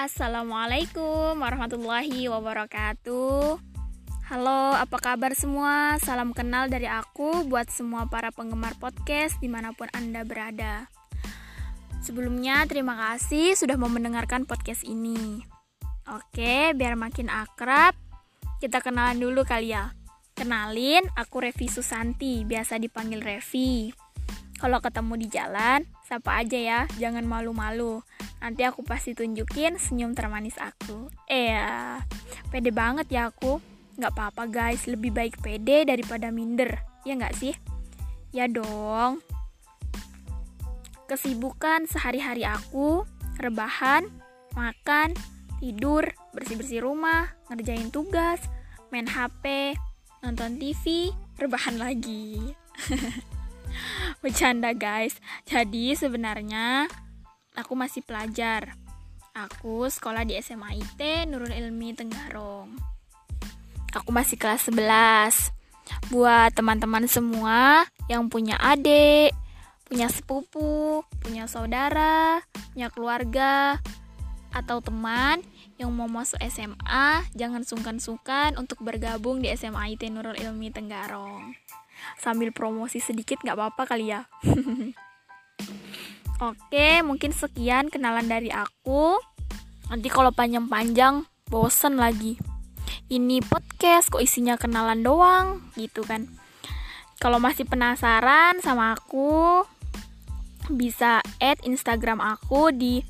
Assalamualaikum warahmatullahi wabarakatuh. Halo, apa kabar semua? Salam kenal dari aku buat semua para penggemar podcast dimanapun Anda berada. Sebelumnya terima kasih sudah mau mendengarkan podcast ini. Oke, biar makin akrab, kita kenalan dulu kali ya. Kenalin, aku Revi Susanti, biasa dipanggil Revi. Kalau ketemu di jalan, sapa aja ya, jangan malu-malu. Nanti aku pasti tunjukin senyum termanis aku. Pede banget ya aku. Gak apa-apa guys, lebih baik pede daripada minder. Ya gak sih? Ya dong. Kesibukan sehari-hari aku, rebahan, makan, tidur, bersih-bersih rumah, ngerjain tugas, main HP, nonton TV, rebahan lagi. Bercanda guys. Jadi sebenarnya aku masih pelajar. Aku sekolah di SMA IT Nurul Ilmi Tenggarong. Aku masih kelas 11. Buat teman-teman semua yang punya adik, punya sepupu, punya saudara, punya keluarga, atau teman yang mau masuk SMA, jangan sungkan-sungkan untuk bergabung di SMA IT Nurul Ilmi Tenggarong. Sambil promosi sedikit gak apa-apa kali ya. Oke, mungkin sekian kenalan dari aku. Nanti kalau panjang-panjang bosen lagi. Ini podcast kok isinya kenalan doang gitu kan. Kalau masih penasaran sama aku, bisa add Instagram aku di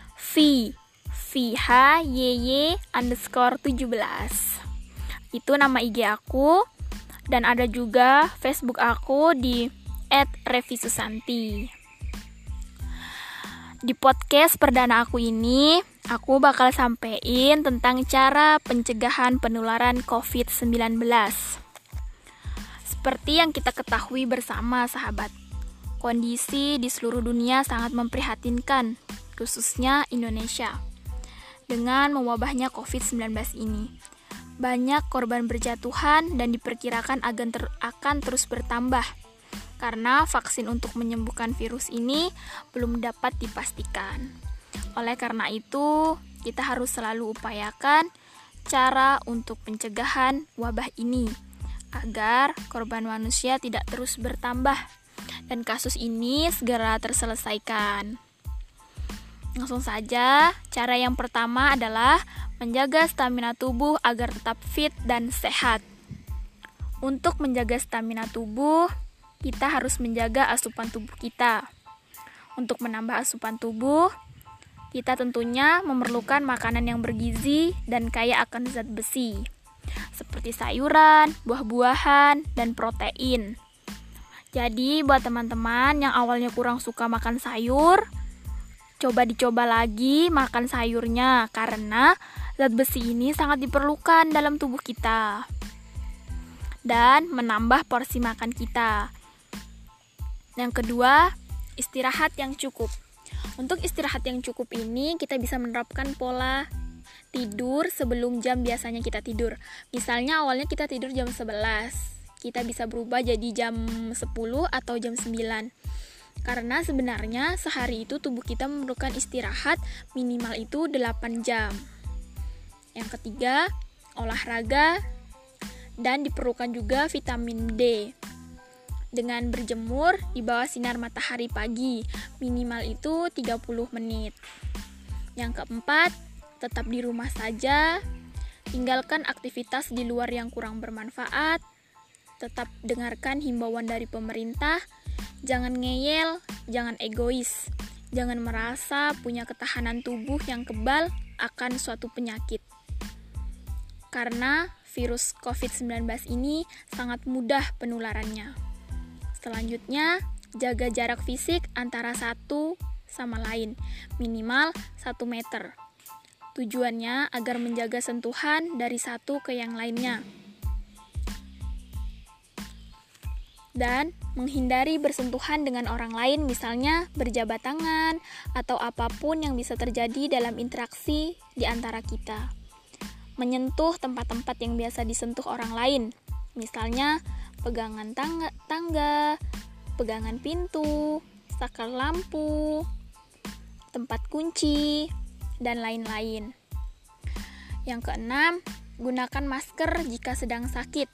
VHYY_17. Itu nama IG aku. Dan ada juga Facebook aku di @revisusanti. Di podcast perdana aku ini, aku bakal sampein tentang cara pencegahan penularan COVID-19. Seperti yang kita ketahui bersama sahabat, kondisi di seluruh dunia sangat memprihatinkan, khususnya Indonesia. Dengan mewabahnya COVID-19 ini, banyak korban berjatuhan dan diperkirakan akan terus bertambah karena vaksin untuk menyembuhkan virus ini belum dapat dipastikan. Oleh karena itu, kita harus selalu upayakan cara untuk pencegahan wabah ini agar korban manusia tidak terus bertambah dan kasus ini segera terselesaikan. Langsung saja, cara yang pertama adalah menjaga stamina tubuh agar tetap fit dan sehat. Untuk menjaga stamina tubuh, kita harus menjaga asupan tubuh kita. Untuk menambah asupan tubuh, kita tentunya memerlukan makanan yang bergizi dan kaya akan zat besi, seperti sayuran, buah-buahan, dan protein. Jadi, buat teman-teman yang awalnya kurang suka makan sayur, coba dicoba lagi makan sayurnya karena zat besi ini sangat diperlukan dalam tubuh kita dan menambah porsi makan kita. Yang kedua, istirahat yang cukup. Untuk istirahat yang cukup ini kita bisa menerapkan pola tidur sebelum jam biasanya kita tidur. Misalnya awalnya kita tidur jam 11, kita bisa berubah jadi jam 10 atau jam 9. Karena sebenarnya sehari itu tubuh kita memerlukan istirahat minimal itu 8 jam. Yang ketiga, olahraga dan diperlukan juga vitamin D. Dengan berjemur di bawah sinar matahari pagi, minimal itu 30 menit. Yang keempat, tetap di rumah saja, tinggalkan aktivitas di luar yang kurang bermanfaat, tetap dengarkan himbauan dari pemerintah, jangan ngeyel, jangan egois, jangan merasa punya ketahanan tubuh yang kebal akan suatu penyakit. Karena virus COVID-19 ini sangat mudah penularannya. Selanjutnya, jaga jarak fisik antara satu sama lain, minimal 1 meter. Tujuannya agar menjaga sentuhan dari satu ke yang lainnya. Dan menghindari bersentuhan dengan orang lain, misalnya berjabat tangan atau apapun yang bisa terjadi dalam interaksi di antara kita. Menyentuh tempat-tempat yang biasa disentuh orang lain, misalnya pegangan tangga, pegangan pintu, saklar lampu, tempat kunci, dan lain-lain. Yang keenam, gunakan masker jika sedang sakit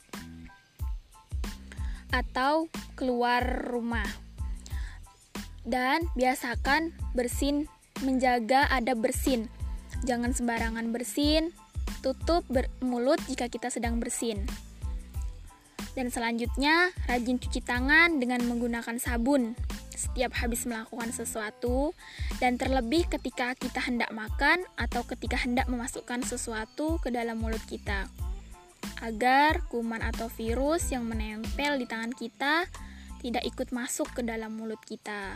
atau keluar rumah. Dan biasakan bersin, menjaga adab bersin. Jangan sembarangan bersin, tutup mulut jika kita sedang bersin. Dan selanjutnya, rajin cuci tangan dengan menggunakan sabun setiap habis melakukan sesuatu, dan terlebih ketika kita hendak makan atau ketika hendak memasukkan sesuatu ke dalam mulut kita, agar kuman atau virus yang menempel di tangan kita tidak ikut masuk ke dalam mulut kita.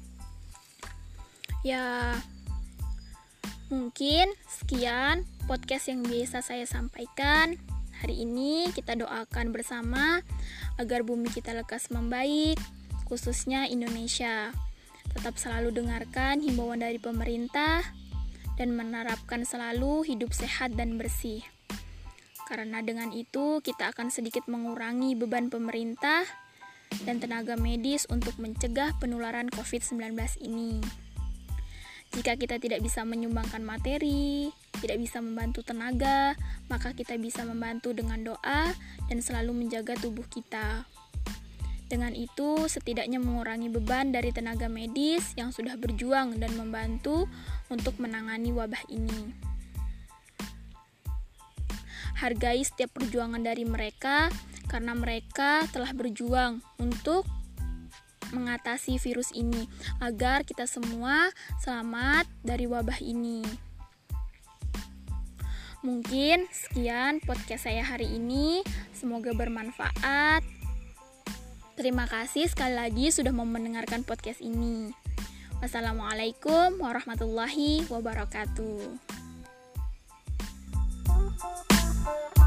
Ya, mungkin sekian podcast yang biasa saya sampaikan. Hari ini kita doakan bersama agar bumi kita lekas membaik, khususnya Indonesia. Tetap selalu dengarkan himbauan dari pemerintah dan menerapkan selalu hidup sehat dan bersih. Karena dengan itu kita akan sedikit mengurangi beban pemerintah dan tenaga medis untuk mencegah penularan COVID-19 ini. Jika kita tidak bisa menyumbangkan materi, tidak bisa membantu tenaga, maka kita bisa membantu dengan doa dan selalu menjaga tubuh kita. Dengan itu, setidaknya mengurangi beban dari tenaga medis yang sudah berjuang dan membantu untuk menangani wabah ini. Hargai setiap perjuangan dari mereka, karena mereka telah berjuang untuk mengatasi virus ini, agar kita semua selamat dari wabah ini. Mungkin sekian podcast saya hari ini, semoga bermanfaat. Terima kasih sekali lagi sudah mau mendengarkan podcast ini. Wassalamualaikum warahmatullahi wabarakatuh.